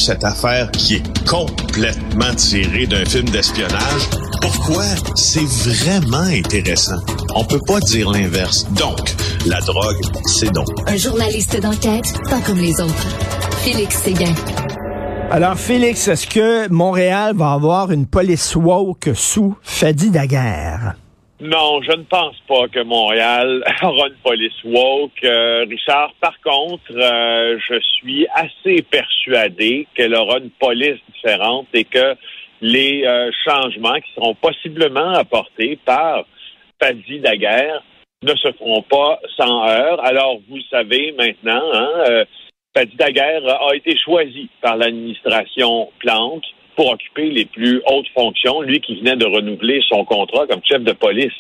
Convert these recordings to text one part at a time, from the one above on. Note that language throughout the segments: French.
cette affaire qui est complètement tirée d'un film d'espionnage. Pourquoi? C'est vraiment intéressant. On peut pas dire l'inverse. Donc, la drogue, c'est donc. Un journaliste d'enquête, pas comme les autres. Félix Séguin. Alors, Félix, est-ce que Montréal va avoir une police woke sous Fadi Daguerre? Non, je ne pense pas que Montréal aura une police woke. Richard, par contre, je suis assez persuadé qu'elle aura une police différente et que les changements qui seront possiblement apportés par Fadi Daguerre ne se feront pas sans heurts. Alors, vous le savez maintenant, Fadi Daguerre a été choisi par l'administration Plante pour occuper les plus hautes fonctions, lui qui venait de renouveler son contrat comme chef de police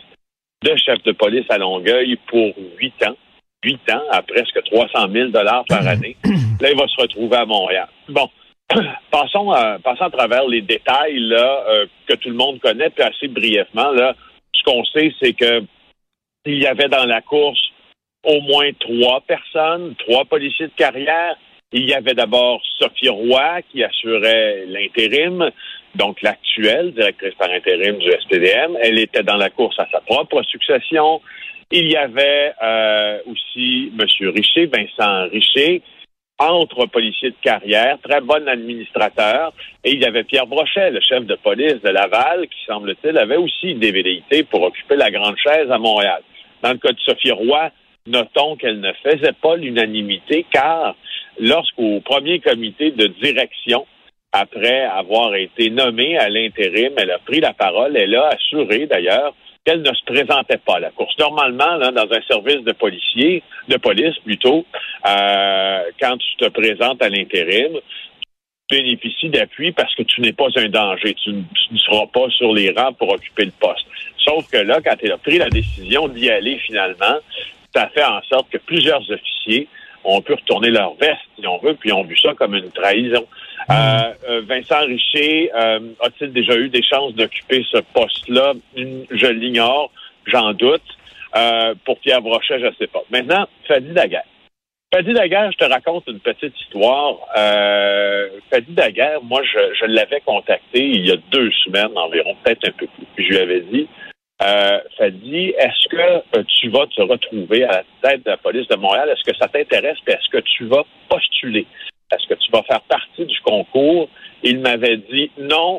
à Longueuil pour 8 ans. 8 ans, à presque 300 000 $ par année. Là, il va se retrouver à Montréal. Bon, passons à travers les détails là que tout le monde connaît, puis assez brièvement. Là, ce qu'on sait, c'est que il y avait dans la course au moins 3 personnes, 3 policiers de carrière. Il y avait d'abord Sophie Roy qui assurait l'intérim, donc l'actuelle directrice par intérim du SPVM. Elle était dans la course à sa propre succession. Il y avait aussi M. Richer, Vincent Richer, entre policiers de carrière, très bon administrateur. Et il y avait Pierre Brochet, le chef de police de Laval, qui, semble-t-il, avait aussi des velléités pour occuper la grande chaise à Montréal. Dans le cas de Sophie Roy, notons qu'elle ne faisait pas l'unanimité, car lorsqu'au premier comité de direction, après avoir été nommée à l'intérim, elle a pris la parole, elle a assuré d'ailleurs qu'elle ne se présentait pas à la course. Normalement, là, dans un service de police plutôt, quand tu te présentes à l'intérim, tu bénéficies d'appui parce que tu n'es pas un danger. Tu ne seras pas sur les rangs pour occuper le poste. Sauf que là, quand elle a pris la décision d'y aller finalement, ça fait en sorte que plusieurs officiers ont pu retourner leur veste, si on veut, puis ont vu ça comme une trahison. Vincent Richer, a-t-il déjà eu des chances d'occuper ce poste-là? Je l'ignore, j'en doute. Pour Pierre Brochet, je ne sais pas. Maintenant, Fadi Daguerre. Fadi Daguerre, je te raconte une petite histoire. Fadi Daguerre, moi, je l'avais contacté il y a 2 semaines environ, peut-être un peu plus. Puis je lui avais dit, Fadi, est-ce que tu vas te retrouver à la tête de la police de Montréal? Est-ce que ça t'intéresse? Puis est-ce que tu vas postuler? Est-ce que tu vas faire partie du concours? Il m'avait dit non.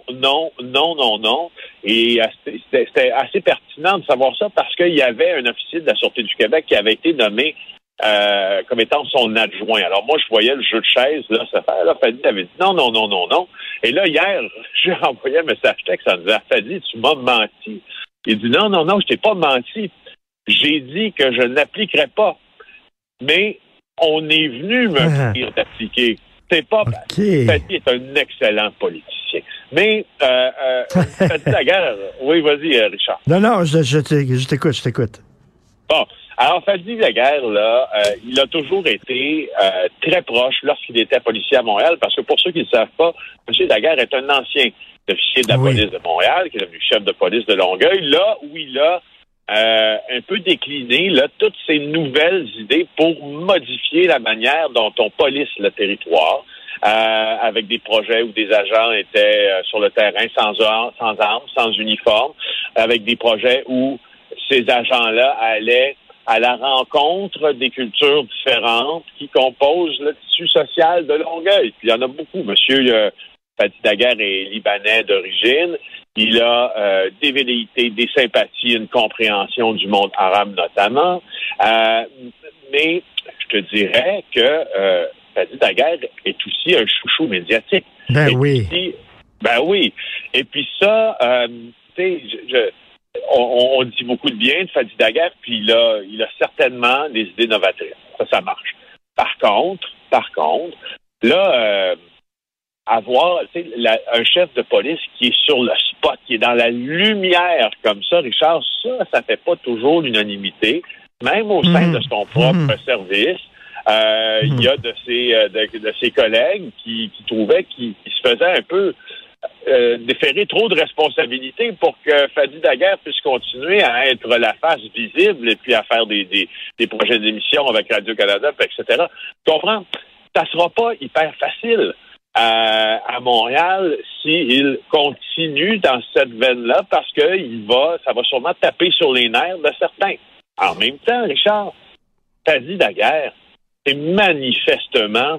Et c'était assez pertinent de savoir ça parce qu'il y avait un officier de la Sûreté du Québec qui avait été nommé comme étant son adjoint. Alors moi, je voyais le jeu de chaise, là, ça fait. Là, Fadi avait dit non. Et là, hier, j'ai envoyé un message texte en disant, Fadi, tu m'as menti. Il dit non, je t'ai pas menti. J'ai dit que je n'appliquerais pas. Mais on est venu me dire d'appliquer. C'est pas. Okay. Fadi est un excellent politicien. Mais Fadi Daguerre, oui, vas-y, Richard. Non, je t'écoute. Bon. Alors, Fadi Daguerre, là, il a toujours été très proche lorsqu'il était policier à Montréal, parce que pour ceux qui ne le savent pas, M. Daguerre est un ancien officier de la police de Montréal, qui est devenu chef de police de Longueuil, là où il a un peu décliné là, toutes ces nouvelles idées pour modifier la manière dont on police le territoire, avec des projets où des agents étaient sur le terrain sans armes, sans uniforme, avec des projets où ces agents-là allaient à la rencontre des cultures différentes qui composent le tissu social de Longueuil. Puis il y en a beaucoup. Monsieur Fadi Daguerre est libanais d'origine. Il a des velléités, des sympathies, une compréhension du monde arabe notamment. Mais je te dirais que Fadi Daguerre est aussi un chouchou médiatique. Ben oui. Et puis ça, tu sais, on dit beaucoup de bien de Fadi Daguerre, puis il a certainement des idées novatrices. Ça marche. Par contre, là, avoir un chef de police qui est sur le spot, qui est dans la lumière comme ça, Richard, ça fait pas toujours l'unanimité, même au sein de son propre service. Il y a de ses collègues qui trouvaient qu'il se faisait un peu déférer trop de responsabilités pour que Fadi Daguerre puisse continuer à être la face visible et puis à faire des projets d'émission avec Radio-Canada, etc. Tu comprends? Ça sera pas hyper facile à Montréal s'il continue dans cette veine-là parce que ça va sûrement taper sur les nerfs de certains. En même temps, Richard, Fadi Daguerre, c'est manifestement,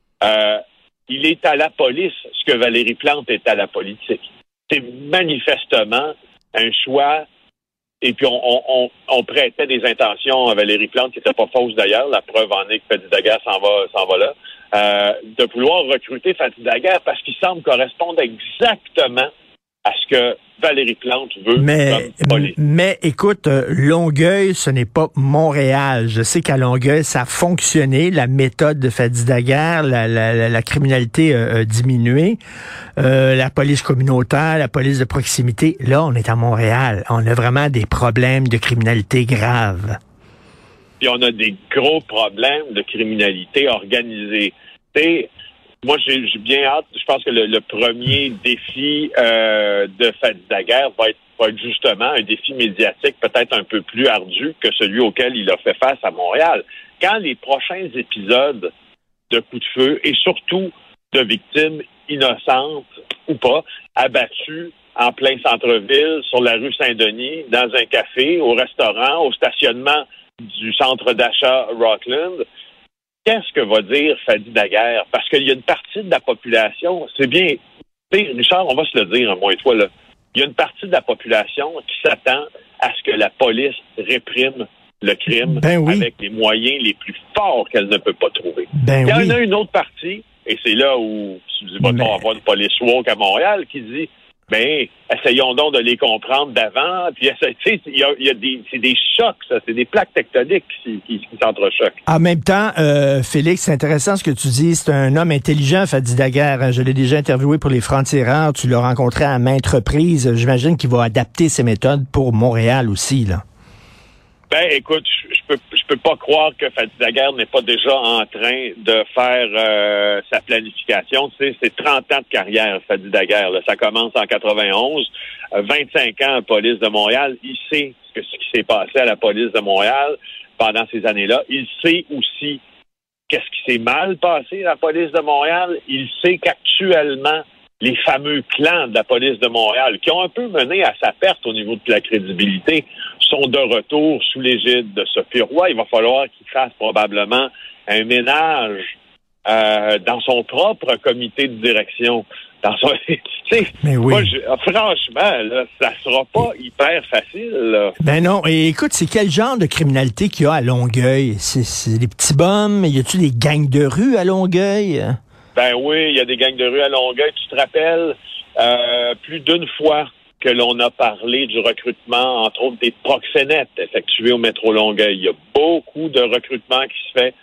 il est à la police ce que Valérie Plante est à la politique. C'est manifestement un choix. Et puis, on prêtait des intentions à Valérie Plante, qui n'était pas fausse d'ailleurs. La preuve en est que Fadi Daguerre s'en va là. De vouloir recruter Fadi Daguerre parce qu'il semble correspondre exactement à ce que Valérie Plante veut comme police. Mais écoute, Longueuil, ce n'est pas Montréal. Je sais qu'à Longueuil, ça a fonctionné, la méthode de Fadi Daguerre, la criminalité a diminué, la police communautaire, la police de proximité. Là, on est à Montréal. On a vraiment des problèmes de criminalité graves. Puis on a des gros problèmes de criminalité organisée. Moi, j'ai bien hâte. Je pense que le premier défi de Fadi Daguerre va être justement un défi médiatique peut-être un peu plus ardu que celui auquel il a fait face à Montréal. Quand les prochains épisodes de coups de feu et surtout de victimes innocentes ou pas, abattues en plein centre-ville, sur la rue Saint-Denis, dans un café, au restaurant, au stationnement du centre d'achat Rockland, qu'est-ce que va dire Fadi Daguerre? Parce qu'il y a une partie de la population, c'est bien, Richard, on va se le dire, moi et toi, là. Il y a une partie de la population qui s'attend à ce que la police réprime le crime avec les moyens les plus forts qu'elle ne peut pas trouver. Il y en a une autre partie, et c'est là où va avoir une police woke à Montréal qui dit essayons donc de les comprendre d'avant. Puis c'est des chocs, ça, c'est des plaques tectoniques qui s'entrechoquent. En même temps, Félix, c'est intéressant ce que tu dis. C'est un homme intelligent, Fadi Daguerre. Je l'ai déjà interviewé pour les Francs-Tireurs. Tu l'as rencontré à maintes reprises. J'imagine qu'il va adapter ses méthodes pour Montréal aussi, là. Écoute, je peux pas croire que Fadi Daguerre n'est pas déjà en train de faire sa planification. Tu sais, c'est 30 ans de carrière, Fadi Daguerre. Là. Ça commence en 91, 25 ans à la police de Montréal. Il sait ce qui s'est passé à la police de Montréal pendant ces années-là. Il sait aussi qu'est-ce qui s'est mal passé à la police de Montréal. Il sait qu'actuellement, les fameux clans de la police de Montréal, qui ont un peu mené à sa perte au niveau de la crédibilité, sont de retour sous l'égide de Sophie Roy. Il va falloir qu'il fasse probablement un ménage dans son propre comité de direction. Moi, franchement, là, ça sera pas hyper facile. Là. Non. Et écoute, c'est quel genre de criminalité qu'il y a à Longueuil? C'est des petits bums? Y a-tu des gangs de rue à Longueuil? Oui, il y a des gangs de rue à Longueuil. Tu te rappelles plus d'une fois que l'on a parlé du recrutement, entre autres, des proxénètes effectués au métro Longueuil. Il y a beaucoup de recrutement qui se fait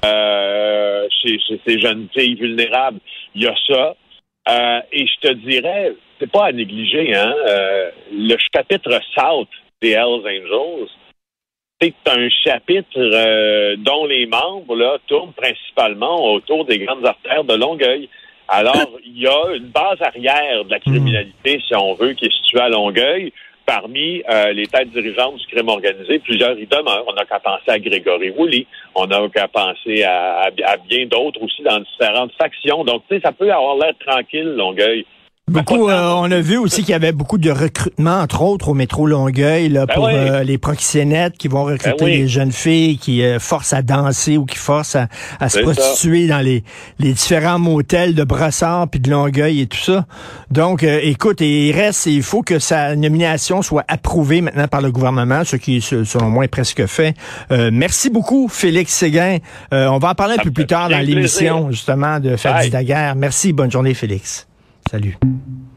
chez ces jeunes filles vulnérables. Il y a ça. Et je te dirais, c'est pas à négliger, hein, le chapitre South des Hells Angels, c'est un chapitre dont les membres là tournent principalement autour des grandes artères de Longueuil. Alors, il y a une base arrière de la criminalité, si on veut, qui est située à Longueuil. Parmi les têtes dirigeantes du crime organisé, plusieurs y demeurent. On n'a qu'à penser à Grégory Woolley. On n'a qu'à penser à bien d'autres aussi dans différentes factions. Donc, tu sais, ça peut avoir l'air tranquille, Longueuil. On a vu aussi qu'il y avait beaucoup de recrutement, entre autres, au métro Longueuil, là, pour les proxénètes qui vont recruter les jeunes filles, qui forcent à danser ou qui forcent à se prostituer dans les différents motels de Brossard puis de Longueuil et tout ça. Donc, écoute, il faut que sa nomination soit approuvée maintenant par le gouvernement, ce qui, selon moi, est presque fait. Merci beaucoup, Félix Séguin. On va en parler un peu plus tard dans l'émission, justement, de Fadi Daguerre. Merci, bonne journée, Félix. Salut.